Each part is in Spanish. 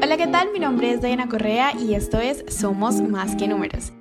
Hola, ¿qué tal? Mi nombre es Diana Correa y esto es Somos Más que Números,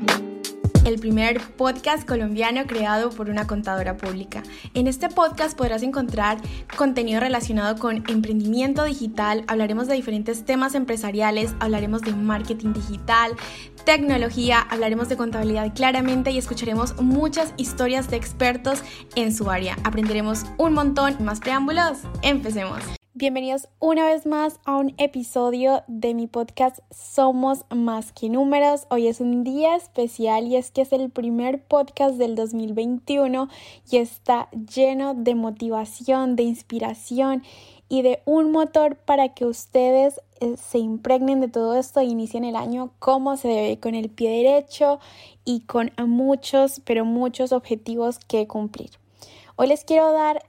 el primer podcast colombiano creado por una contadora pública. En este podcast podrás encontrar contenido relacionado con emprendimiento digital, hablaremos de diferentes temas empresariales, hablaremos de marketing digital, tecnología, hablaremos de contabilidad claramente y escucharemos muchas historias de expertos en su área. Aprenderemos un montón. Más preámbulos, empecemos. Bienvenidos una vez más a un episodio de mi podcast Somos Más que Números. Hoy es un día especial y es que es el primer podcast del 2021 y está lleno de motivación, de inspiración y de un motor para que ustedes se impregnen de todo esto e inicien el año como se debe, con el pie derecho y con muchos, pero muchos objetivos que cumplir. Hoy les quiero dar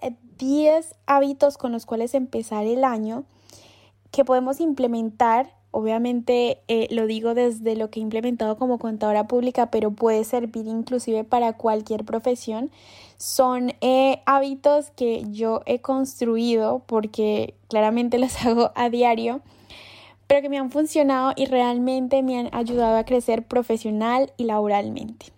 10 hábitos con los cuales empezar el año que podemos implementar. Obviamente lo digo desde lo que he implementado como contadora pública, pero puede servir inclusive para cualquier profesión. Son hábitos que yo he construido porque claramente los hago a diario, pero que me han funcionado y realmente me han ayudado a crecer profesional y laboralmente.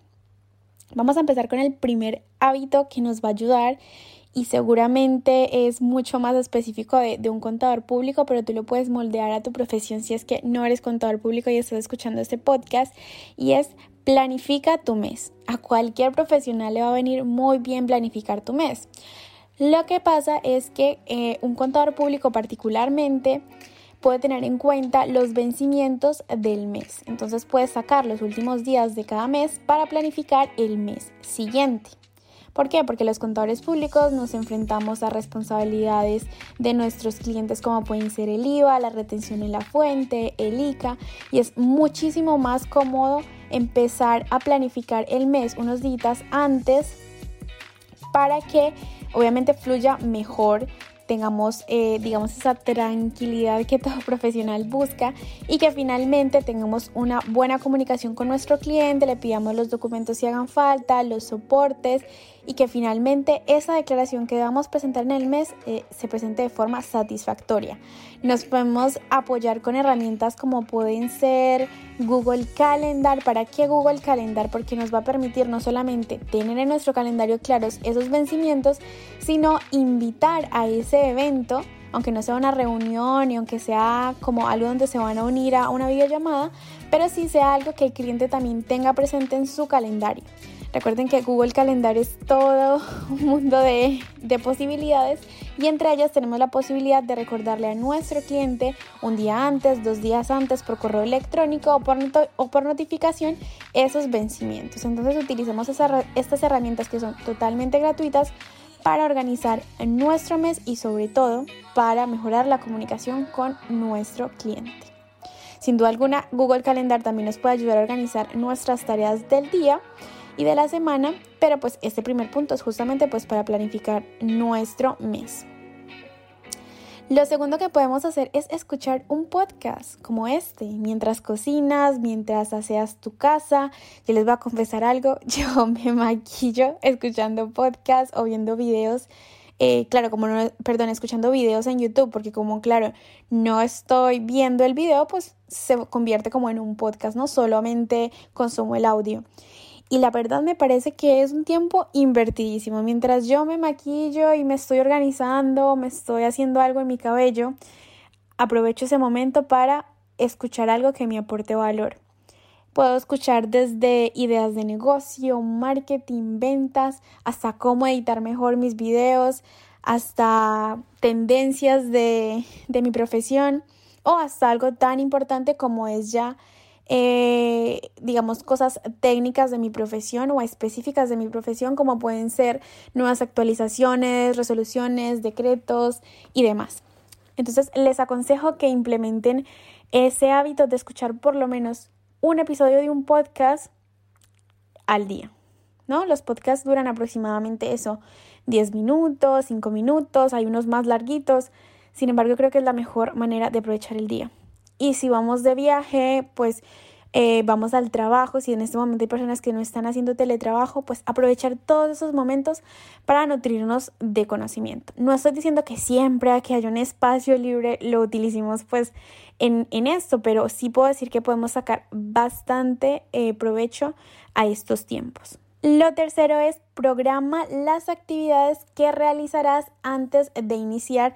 Vamos a empezar con el primer hábito que nos va a ayudar y seguramente es mucho más específico de un contador público, pero tú lo puedes moldear a tu profesión si es que no eres contador público y estás escuchando este podcast, y es planifica tu mes. A cualquier profesional le va a venir muy bien planificar tu mes. Lo que pasa es que un contador público particularmente puede tener en cuenta los vencimientos del mes. Entonces puedes sacar los últimos días de cada mes para planificar el mes siguiente. ¿Por qué? Porque los contadores públicos nos enfrentamos a responsabilidades de nuestros clientes como pueden ser el IVA, la retención en la fuente, el ICA, y es muchísimo más cómodo empezar a planificar el mes unos días antes para que obviamente fluya mejor, tengamos esa tranquilidad que todo profesional busca y que finalmente tengamos una buena comunicación con nuestro cliente, le pidamos los documentos si hagan falta, los soportes, y que finalmente esa declaración que vamos a presentar en el mes se presente de forma satisfactoria. Nos podemos apoyar con herramientas como pueden ser Google Calendar. ¿Para qué Google Calendar? Porque nos va a permitir no solamente tener en nuestro calendario claros esos vencimientos, sino invitar a ese evento, aunque no sea una reunión y aunque sea como algo donde se van a unir a una videollamada, pero sí sea algo que el cliente también tenga presente en su calendario. Recuerden que Google Calendar es todo un mundo de posibilidades, y entre ellas tenemos la posibilidad de recordarle a nuestro cliente un día antes, 2 días antes, por correo electrónico o por notificación esos vencimientos. Entonces utilicemos estas herramientas que son totalmente gratuitas para organizar nuestro mes y sobre todo para mejorar la comunicación con nuestro cliente. Sin duda alguna, Google Calendar también nos puede ayudar a organizar nuestras tareas del día y de la semana, pero pues este primer punto es justamente pues para planificar nuestro mes. Lo segundo que podemos hacer es escuchar un podcast como este, mientras cocinas, mientras aseas tu casa. Yo les voy a confesar algo, yo me maquillo escuchando podcast o viendo videos. Escuchando videos en YouTube, porque como no estoy viendo el video, pues se convierte como en un podcast, no solamente consumo el audio. Y la verdad me parece que es un tiempo invertidísimo. Mientras yo me maquillo y me estoy organizando, me estoy haciendo algo en mi cabello, aprovecho ese momento para escuchar algo que me aporte valor. Puedo escuchar desde ideas de negocio, marketing, ventas, hasta cómo editar mejor mis videos, hasta tendencias de mi profesión, o hasta algo tan importante como es ya cosas técnicas de mi profesión o específicas de mi profesión, como pueden ser nuevas actualizaciones, resoluciones, decretos y demás. Entonces les aconsejo que implementen ese hábito de escuchar por lo menos un episodio de un podcast al día, ¿no? Los podcasts duran aproximadamente 10 minutos, 5 minutos, hay unos más larguitos. Sin embargo, creo que es la mejor manera de aprovechar el día. Y si vamos de viaje, pues vamos al trabajo, si en este momento hay personas que no están haciendo teletrabajo, pues aprovechar todos esos momentos para nutrirnos de conocimiento. No estoy diciendo que siempre que haya un espacio libre lo utilicemos pues en esto, pero sí puedo decir que podemos sacar bastante provecho a estos tiempos. Lo tercero es programa las actividades que realizarás antes de iniciar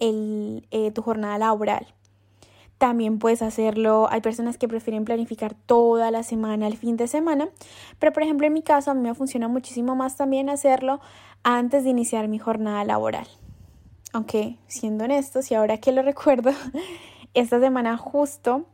tu jornada laboral. También puedes hacerlo, hay personas que prefieren planificar toda la semana, el fin de semana, pero por ejemplo en mi caso a mí me funciona muchísimo más también hacerlo antes de iniciar mi jornada laboral. Aunque siendo honestos y ahora que lo recuerdo, esta semana justo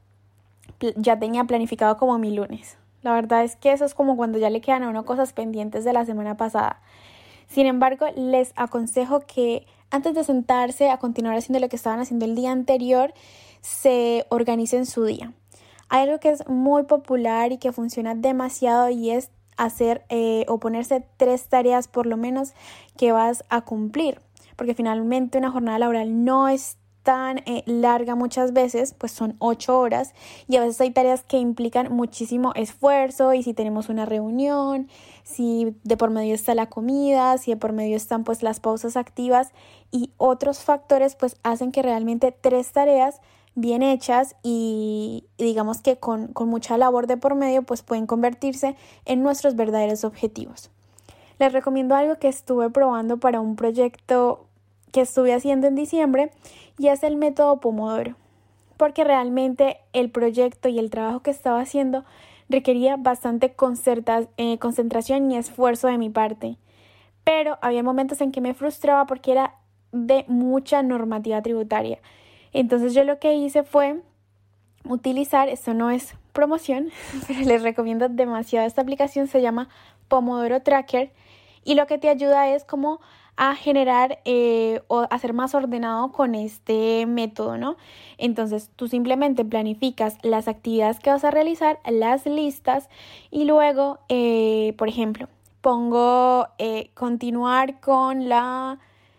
ya tenía planificado como mi lunes. La verdad es que eso es como cuando ya le quedan a uno cosas pendientes de la semana pasada. Sin embargo, les aconsejo que antes de sentarse a continuar haciendo lo que estaban haciendo el día anterior, se organicen su día. Hay algo que es muy popular y que funciona demasiado y es hacer o ponerse 3 tareas por lo menos que vas a cumplir. Porque finalmente una jornada laboral no es tan larga muchas veces, pues son 8 horas y a veces hay tareas que implican muchísimo esfuerzo y si tenemos una reunión, si de por medio está la comida, si de por medio están pues las pausas activas y otros factores pues hacen que realmente 3 tareas bien hechas y digamos que con mucha labor de por medio pues pueden convertirse en nuestros verdaderos objetivos. Les recomiendo algo que estuve probando para un proyecto que estuve haciendo en diciembre y es el método Pomodoro, porque realmente el proyecto y el trabajo que estaba haciendo requería bastante concentración y esfuerzo de mi parte, pero había momentos en que me frustraba porque era de mucha normativa tributaria. Entonces yo lo que hice fue utilizar, esto no es promoción, pero les recomiendo demasiado esta aplicación, se llama Pomodoro Tracker y lo que te ayuda es como a generar o a ser más ordenado con este método, ¿no? Entonces tú simplemente planificas las actividades que vas a realizar, las listas y luego, por ejemplo, pongo continuar con la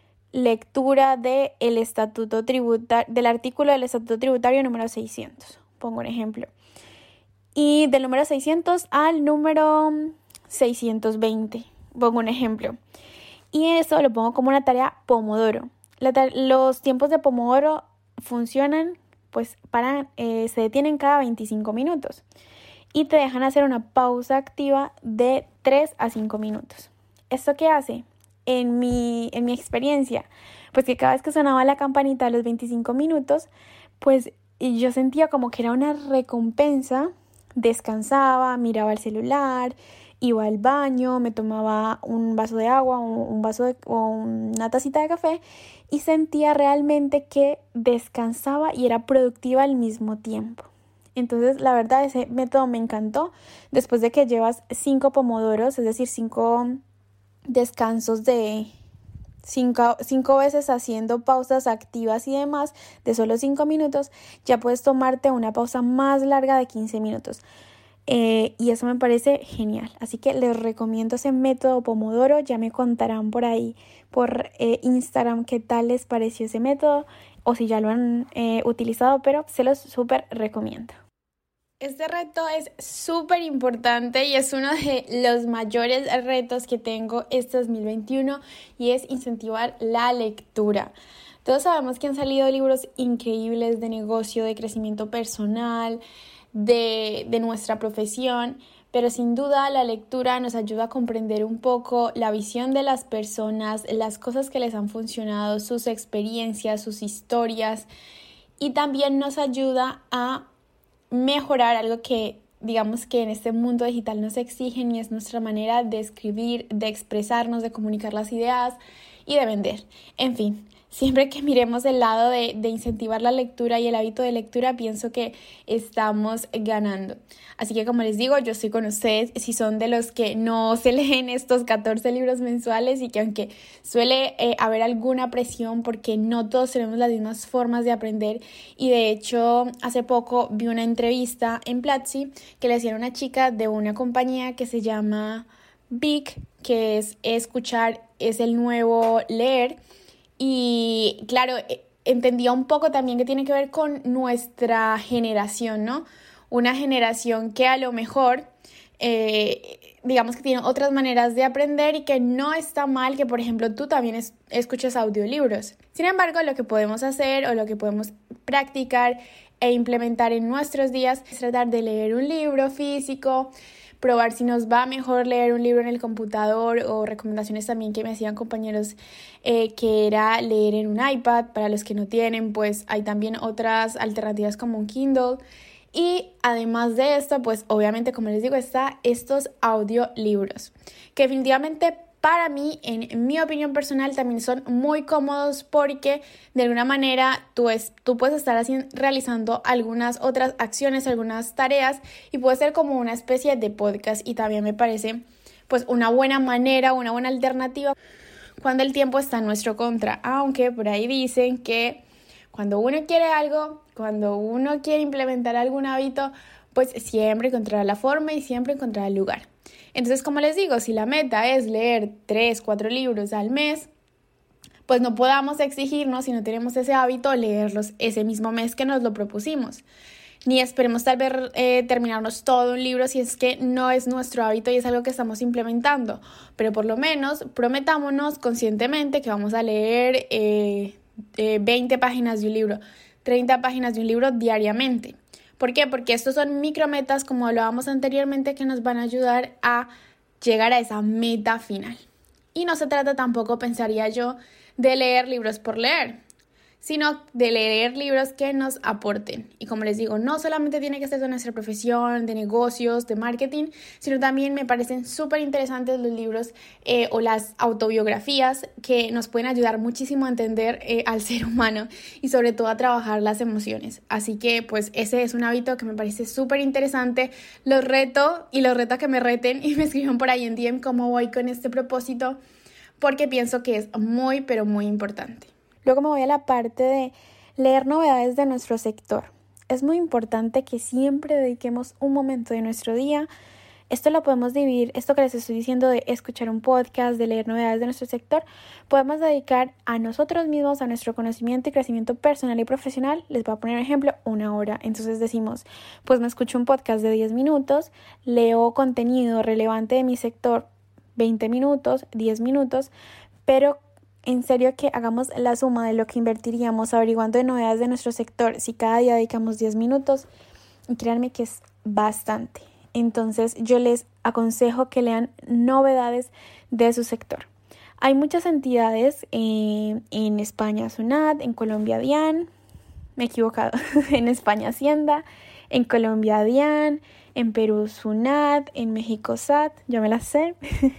lectura del del artículo del Estatuto Tributario número 600, pongo un ejemplo. Y del número 600 al número 620, pongo un ejemplo. Y eso lo pongo como una tarea Pomodoro. Los tiempos de Pomodoro funcionan, pues se detienen cada 25 minutos y te dejan hacer una pausa activa de 3 a 5 minutos. ¿Esto qué hace? En mi experiencia, pues que cada vez que sonaba la campanita a los 25 minutos, pues yo sentía como que era una recompensa, descansaba, miraba el celular, iba al baño, me tomaba un vaso de agua, o una tacita de café y sentía realmente que descansaba y era productiva al mismo tiempo. Entonces, la verdad, ese método me encantó. Después de que llevas 5 pomodoros, es decir, 5 descansos de 5 veces haciendo pausas activas y demás de solo 5 minutos, ya puedes tomarte una pausa más larga de 15 minutos. Y eso me parece genial. Así que les recomiendo ese método Pomodoro. Ya me contarán por ahí, por Instagram, qué tal les pareció ese método o si ya lo han utilizado, pero se los súper recomiendo. Este reto es súper importante y es uno de los mayores retos que tengo este 2021 y es incentivar la lectura. Todos sabemos que han salido libros increíbles de negocio, de crecimiento personal, de nuestra profesión, pero sin duda la lectura nos ayuda a comprender un poco la visión de las personas, las cosas que les han funcionado, sus experiencias, sus historias y también nos ayuda a mejorar algo que digamos que en este mundo digital nos exigen y es nuestra manera de escribir, de expresarnos, de comunicar las ideas y de vender. En fin, siempre que miremos el lado de incentivar la lectura y el hábito de lectura, pienso que estamos ganando. Así que como les digo, yo estoy con ustedes si son de los que no se leen estos 14 libros mensuales y que aunque suele haber alguna presión porque no todos tenemos las mismas formas de aprender y de hecho hace poco vi una entrevista en Platzi que le hacían a una chica de una compañía que se llama Vic, que es escuchar, es el nuevo leer. Y claro, entendía un poco también que tiene que ver con nuestra generación, ¿no? una generación que a lo mejor digamos que tiene otras maneras de aprender y que no está mal que, por ejemplo, tú también escuches audiolibros. Sin embargo, lo que podemos hacer o lo que podemos practicar e implementar en nuestros días es tratar de leer un libro físico, probar si nos va mejor leer un libro en el computador o recomendaciones también que me hacían compañeros que era leer en un iPad. Para los que no tienen, pues hay también otras alternativas como un Kindle. Y además de esto, pues obviamente, como les digo, está estos audiolibros, que definitivamente para mí, en mi opinión personal, también son muy cómodos porque de alguna manera tú puedes estar realizando algunas otras acciones, algunas tareas y puede ser como una especie de podcast, y también me parece pues una buena manera, una buena alternativa cuando el tiempo está en nuestro contra, aunque por ahí dicen que cuando uno quiere algo, cuando uno quiere implementar algún hábito, pues siempre encontrará la forma y siempre encontrará el lugar. Entonces, como les digo, si la meta es leer 3-4 libros al mes, pues no podamos exigirnos, si no tenemos ese hábito, leerlos ese mismo mes que nos lo propusimos. Ni esperemos tal vez terminarnos todo un libro si es que no es nuestro hábito y es algo que estamos implementando. Pero por lo menos prometámonos conscientemente que vamos a leer 20 páginas de un libro, 30 páginas de un libro diariamente. ¿Por qué? Porque estos son micrometas, como hablábamos anteriormente, que nos van a ayudar a llegar a esa meta final. Y no se trata tampoco, pensaría yo, de leer libros por leer, sino de leer libros que nos aporten. Y como les digo, no solamente tiene que ser de nuestra profesión, de negocios, de marketing, sino también me parecen súper interesantes los libros o las autobiografías que nos pueden ayudar muchísimo a entender al ser humano y sobre todo a trabajar las emociones. Así que pues ese es un hábito que me parece súper interesante. Los reto a que me reten y me escriban por ahí en DM cómo voy con este propósito, porque pienso que es muy, pero muy importante. Luego me voy a la parte de leer novedades de nuestro sector. Es muy importante que siempre dediquemos un momento de nuestro día. Esto lo podemos dividir, esto que les estoy diciendo de escuchar un podcast, de leer novedades de nuestro sector, podemos dedicar a nosotros mismos, a nuestro conocimiento y crecimiento personal y profesional. Les voy a poner un ejemplo, 1 hora. Entonces decimos, pues me escucho un podcast de 10 minutos, leo contenido relevante de mi sector 20 minutos, 10 minutos, pero en serio que hagamos la suma de lo que invertiríamos averiguando de novedades de nuestro sector si cada día dedicamos 10 minutos, y créanme que es bastante. Entonces yo les aconsejo que lean novedades de su sector. Hay muchas entidades en España, SUNAT, en Colombia, DIAN, me he equivocado, en España, Hacienda, en Colombia, DIAN, en Perú, SUNAT, en México, SAT, yo me las sé,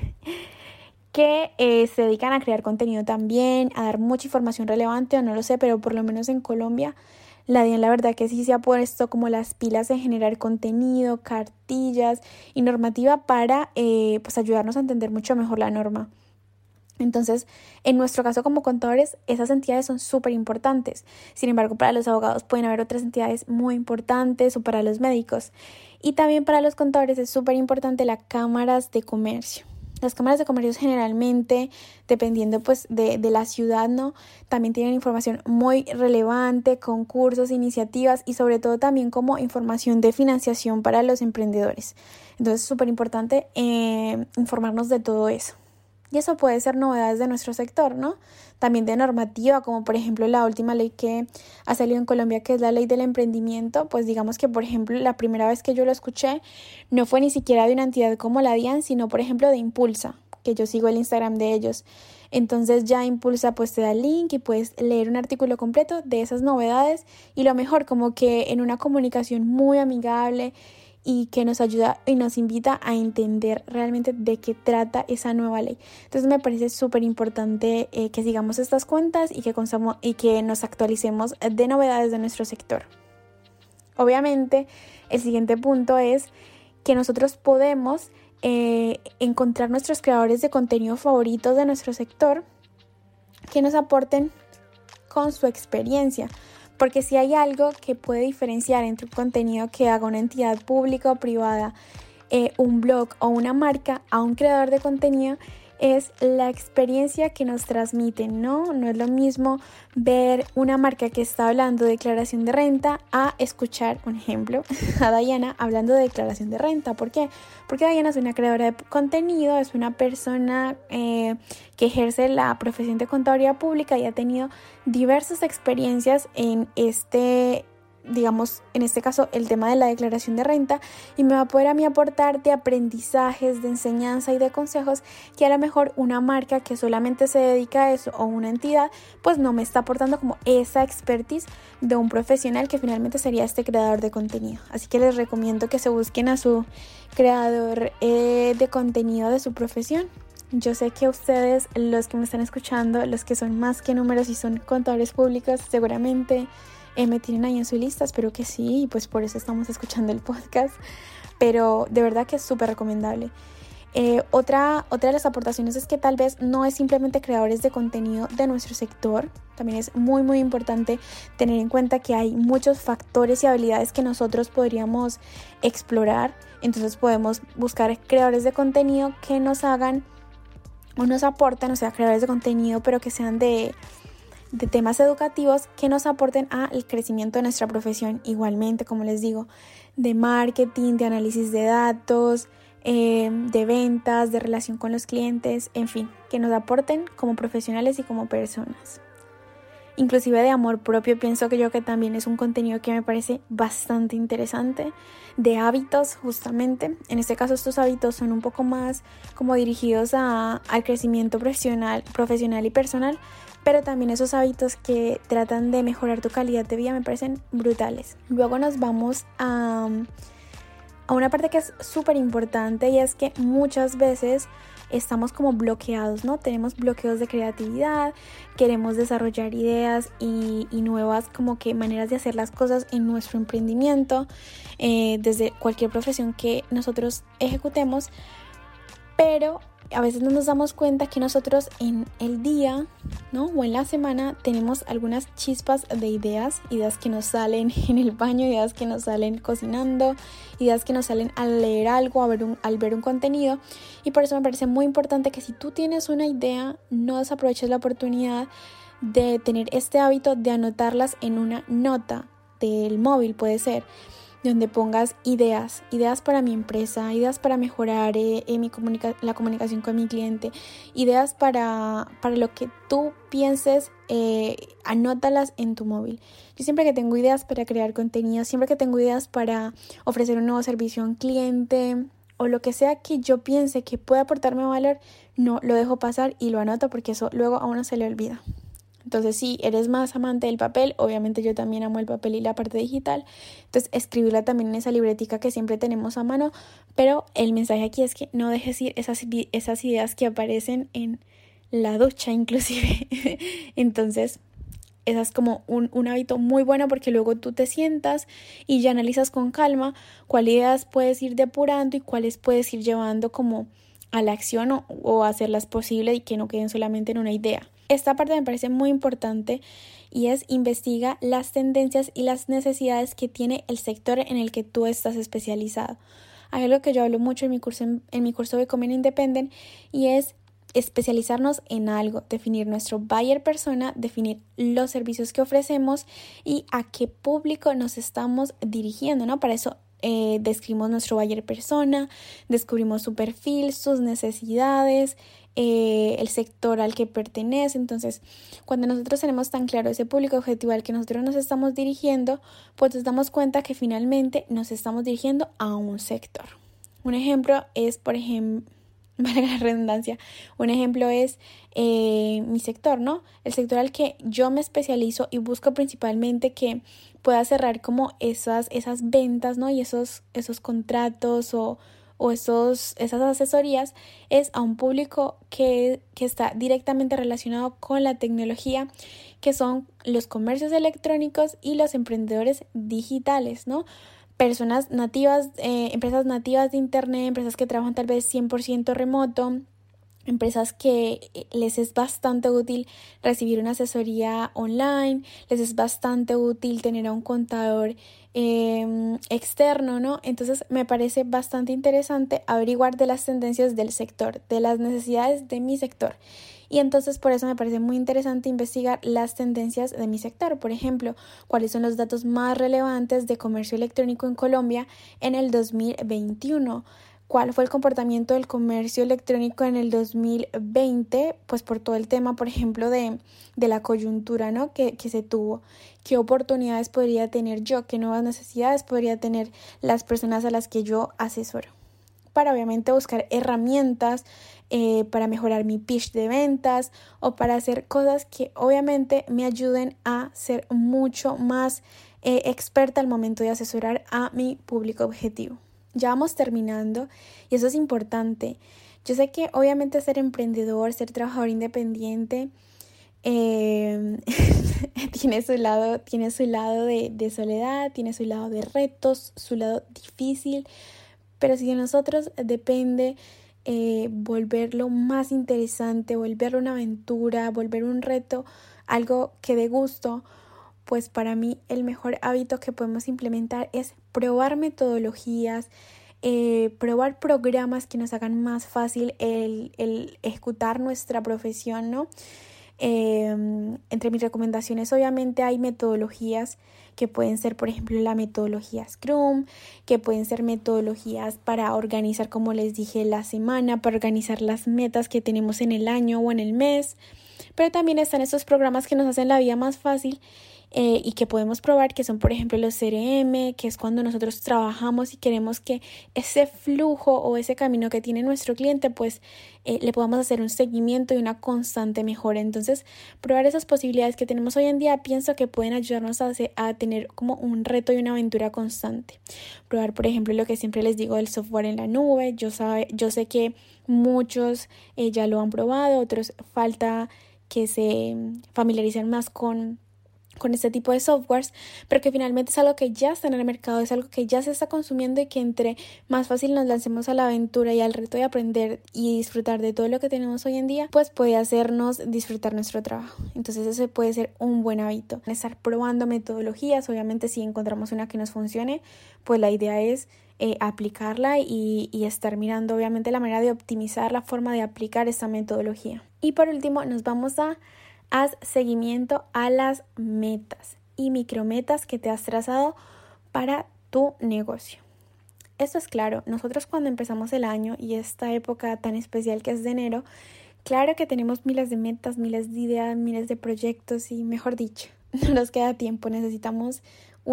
que se dedican a crear contenido también, a dar mucha información relevante, o no lo sé, pero por lo menos en Colombia, la DIAN la verdad que sí se ha puesto como las pilas en generar contenido, cartillas y normativa para pues ayudarnos a entender mucho mejor la norma. Entonces, en nuestro caso como contadores, esas entidades son súper importantes. Sin embargo, para los abogados pueden haber otras entidades muy importantes, o para los médicos. Y también para los contadores es súper importante las cámaras de comercio. Las cámaras de comercio generalmente, dependiendo pues de la ciudad, ¿no? También tienen información muy relevante, concursos, iniciativas y sobre todo también como información de financiación para los emprendedores. Entonces es súper importante informarnos de todo eso. Y eso puede ser novedades de nuestro sector, ¿no? También de normativa, como por ejemplo la última ley que ha salido en Colombia, que es la ley del emprendimiento. Pues digamos que, por ejemplo, la primera vez que yo lo escuché no fue ni siquiera de una entidad como la DIAN, sino por ejemplo de Impulsa, que yo sigo el Instagram de ellos. Entonces ya Impulsa pues te da el link y puedes leer un artículo completo de esas novedades, y lo mejor, como que en una comunicación muy amigable y que nos ayuda y nos invita a entender realmente de qué trata esa nueva ley. Entonces me parece súper importante que sigamos estas cuentas y que nos actualicemos de novedades de nuestro sector. Obviamente, el siguiente punto es que nosotros podemos encontrar nuestros creadores de contenido favoritos de nuestro sector que nos aporten con su experiencia. Porque si hay algo que puede diferenciar entre un contenido que haga una entidad pública o privada, un blog o una marca, a un creador de contenido, es la experiencia que nos transmiten, ¿no? No es lo mismo ver una marca que está hablando de declaración de renta a escuchar, un ejemplo, a Diana hablando de declaración de renta. ¿Por qué? Porque Diana es una creadora de contenido, es una persona que ejerce la profesión de contaduría pública y ha tenido diversas experiencias en en este caso, el tema de la declaración de renta, y me va a poder a mí aportar de aprendizajes, de enseñanza y de consejos que a lo mejor una marca que solamente se dedica a eso o una entidad pues no me está aportando como esa expertise de un profesional que finalmente sería este creador de contenido. Así que les recomiendo que se busquen a su creador de contenido de su profesión. Yo sé que ustedes, los que me están escuchando, los que son más que números y son contadores públicos, seguramente me tienen ahí en su lista, espero que sí, y pues por eso estamos escuchando el podcast, pero de verdad que es súper recomendable. Otra de las aportaciones es que tal vez no es simplemente creadores de contenido de nuestro sector, también es muy importante tener en cuenta que hay muchos factores y habilidades que nosotros podríamos explorar, entonces podemos buscar creadores de contenido que nos hagan o nos aporten, o sea, creadores de contenido pero que sean de temas educativos que nos aporten al crecimiento de nuestra profesión, igualmente, como les digo, de marketing, de análisis de datos, de ventas, de relación con los clientes, en fin, que nos aporten como profesionales y como personas. Inclusive de amor propio, pienso que también es un contenido que me parece bastante interesante, de hábitos justamente. En este caso estos hábitos son un poco más como dirigidos al crecimiento profesional y personal, pero también esos hábitos que tratan de mejorar tu calidad de vida me parecen brutales. Luego nos vamos a una parte que es súper importante, y es que muchas veces estamos como bloqueados, ¿no? Tenemos bloqueos de creatividad, queremos desarrollar ideas y nuevas como que maneras de hacer las cosas en nuestro emprendimiento, desde cualquier profesión que nosotros ejecutemos, pero a veces no nos damos cuenta que nosotros en el día, ¿no? O en la semana tenemos algunas chispas de ideas que nos salen en el baño, ideas que nos salen cocinando, ideas que nos salen al leer algo, al ver un contenido. Y por eso me parece muy importante que si tú tienes una idea, no desaproveches la oportunidad de tener este hábito de anotarlas en una nota del móvil, puede ser, donde pongas ideas para mi empresa, ideas para mejorar la comunicación con mi cliente, ideas para lo que tú pienses, anótalas en tu móvil. Yo siempre que tengo ideas para crear contenido, siempre que tengo ideas para ofrecer un nuevo servicio a un cliente o lo que sea que yo piense que puede aportarme valor, no lo dejo pasar y lo anoto, porque eso luego a uno se le olvida. Entonces, si eres más amante del papel, obviamente yo también amo el papel y la parte digital, entonces escribirla también en esa libretica que siempre tenemos a mano, pero el mensaje aquí es que no dejes ir esas ideas que aparecen en la ducha inclusive. Entonces, esa es como un hábito muy bueno, porque luego tú te sientas y ya analizas con calma cuáles ideas puedes ir depurando y cuáles puedes ir llevando como a la acción o hacerlas posible y que no queden solamente en una idea. Esta parte me parece muy importante, y es: investiga las tendencias y las necesidades que tiene el sector en el que tú estás especializado. Hay algo que yo hablo mucho en mi curso de Becoming Independent, y es especializarnos en algo, definir nuestro buyer persona, definir los servicios que ofrecemos y a qué público nos estamos dirigiendo, ¿no? Para eso describimos nuestro buyer persona, descubrimos su perfil, sus necesidades, el sector al que pertenece. Entonces, cuando nosotros tenemos tan claro ese público objetivo al que nosotros nos estamos dirigiendo, pues nos damos cuenta que finalmente nos estamos dirigiendo a un sector. Un ejemplo es, por ejemplo, valga la redundancia, un ejemplo es mi sector, ¿no? El sector al que yo me especializo y busco principalmente que pueda cerrar como esas ventas, ¿no? Y esos contratos o esas asesorías, es a un público que está directamente relacionado con la tecnología, que son los comercios electrónicos y los emprendedores digitales, ¿no? Personas nativas, empresas nativas de internet, empresas que trabajan tal vez 100% remoto, empresas que les es bastante útil recibir una asesoría online, les es bastante útil tener a un contador externo, ¿no? Entonces me parece bastante interesante averiguar de las tendencias del sector, de las necesidades de mi sector. Y entonces por eso me parece muy interesante investigar las tendencias de mi sector. Por ejemplo, cuáles son los datos más relevantes de comercio electrónico en Colombia en el 2021. ¿Cuál fue el comportamiento del comercio electrónico en el 2020? Pues por todo el tema, por ejemplo, de la coyuntura, ¿no? que se tuvo. ¿Qué oportunidades podría tener yo? ¿Qué nuevas necesidades podría tener las personas a las que yo asesoro? Para obviamente buscar herramientas para mejorar mi pitch de ventas o para hacer cosas que obviamente me ayuden a ser mucho más experta al momento de asesorar a mi público objetivo. Ya vamos terminando y eso es importante. Yo sé que obviamente ser emprendedor, ser trabajador independiente tiene su lado de soledad, tiene su lado de retos, su lado difícil, pero si de nosotros depende volverlo más interesante, volverlo una aventura, volver un reto, algo que dé gusto, pues para mí el mejor hábito que podemos implementar es probar metodologías, probar programas que nos hagan más fácil el ejecutar nuestra profesión, ¿no? Entre mis recomendaciones obviamente hay metodologías que pueden ser, por ejemplo, la metodología Scrum, que pueden ser metodologías para organizar, como les dije, la semana, para organizar las metas que tenemos en el año o en el mes, pero también están estos programas que nos hacen la vida más fácil y que podemos probar, que son por ejemplo los CRM, que es cuando nosotros trabajamos y queremos que ese flujo o ese camino que tiene nuestro cliente pues le podamos hacer un seguimiento y una constante mejora. Entonces probar esas posibilidades que tenemos hoy en día pienso que pueden ayudarnos a tener como un reto y una aventura constante. Probar por ejemplo lo que siempre les digo del software en la nube. Yo sé que muchos ya lo han probado, otros falta que se familiaricen más con este tipo de softwares, pero que finalmente es algo que ya está en el mercado, es algo que ya se está consumiendo y que entre más fácil nos lancemos a la aventura y al reto de aprender y disfrutar de todo lo que tenemos hoy en día, pues puede hacernos disfrutar nuestro trabajo. Entonces ese puede ser un buen hábito. Estar probando metodologías, obviamente si encontramos una que nos funcione, pues la idea es aplicarla y estar mirando obviamente la manera de optimizar la forma de aplicar esta metodología. Y por último nos vamos a haz seguimiento a las metas y micrometas que te has trazado para tu negocio. Esto es claro, nosotros cuando empezamos el año y esta época tan especial que es de enero, claro que tenemos miles de metas, miles de ideas, miles de proyectos y mejor dicho, no nos queda tiempo, necesitamos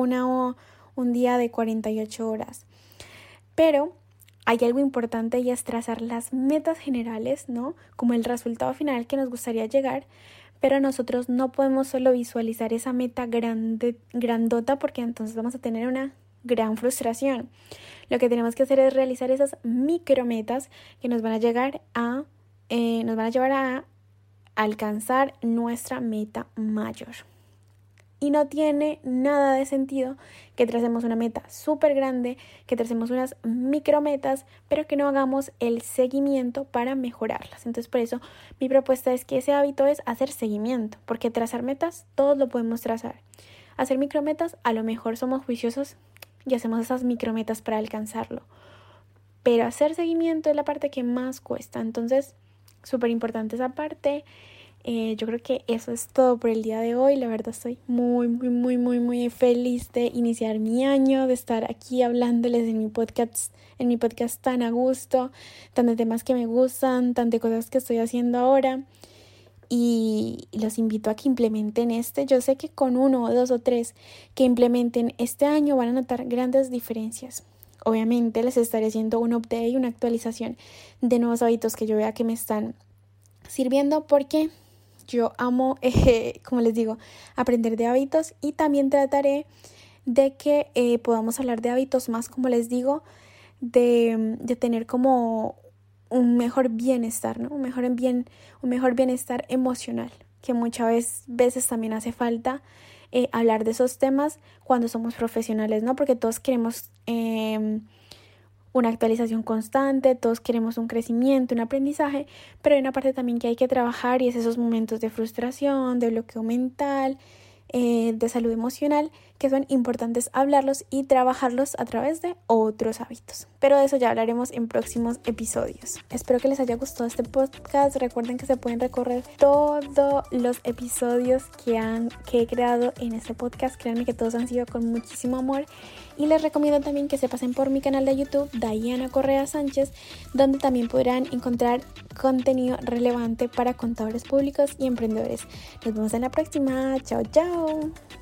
un día de 48 horas. Pero hay algo importante y es trazar las metas generales, ¿no? Como el resultado final que nos gustaría llegar. Pero nosotros no podemos solo visualizar esa meta grandota porque entonces vamos a tener una gran frustración. Lo que tenemos que hacer es realizar esas micrometas que nos van a llevar a alcanzar nuestra meta mayor. Y no tiene nada de sentido que tracemos una meta súper grande, que tracemos unas micrometas, pero que no hagamos el seguimiento para mejorarlas. Entonces, por eso mi propuesta es que ese hábito es hacer seguimiento, porque trazar metas, todos lo podemos trazar. Hacer micrometas, a lo mejor somos juiciosos y hacemos esas micrometas para alcanzarlo. Pero hacer seguimiento es la parte que más cuesta. Entonces, súper importante esa parte. Yo creo que eso es todo por el día de hoy. La verdad estoy muy feliz de iniciar mi año, de estar aquí hablándoles en mi podcast tan a gusto, tan de temas que me gustan, tan de cosas que estoy haciendo ahora. Y los invito a que implementen yo sé que con 1 o 2 o 3 que implementen este año van a notar grandes diferencias. Obviamente les estaré haciendo un update y una actualización de nuevos hábitos que yo vea que me están sirviendo porque yo amo, como les digo, aprender de hábitos y también trataré de que podamos hablar de hábitos más, como les digo, de tener como un mejor bienestar, ¿no? Un mejor bienestar emocional, que muchas veces también hace falta hablar de esos temas cuando somos profesionales, ¿no? Porque todos queremos una actualización constante, todos queremos un crecimiento, un aprendizaje, pero hay una parte también que hay que trabajar y es esos momentos de frustración, de bloqueo mental, de salud emocional, que son importantes hablarlos y trabajarlos a través de otros hábitos. Pero de eso ya hablaremos en próximos episodios. Espero que les haya gustado este podcast. Recuerden que se pueden recorrer todos los episodios que he creado en este podcast. Créanme que todos han sido con muchísimo amor. Y les recomiendo también que se pasen por mi canal de YouTube, Diana Correa Sánchez, donde también podrán encontrar contenido relevante para contadores públicos y emprendedores. Nos vemos en la próxima. Chao, chao.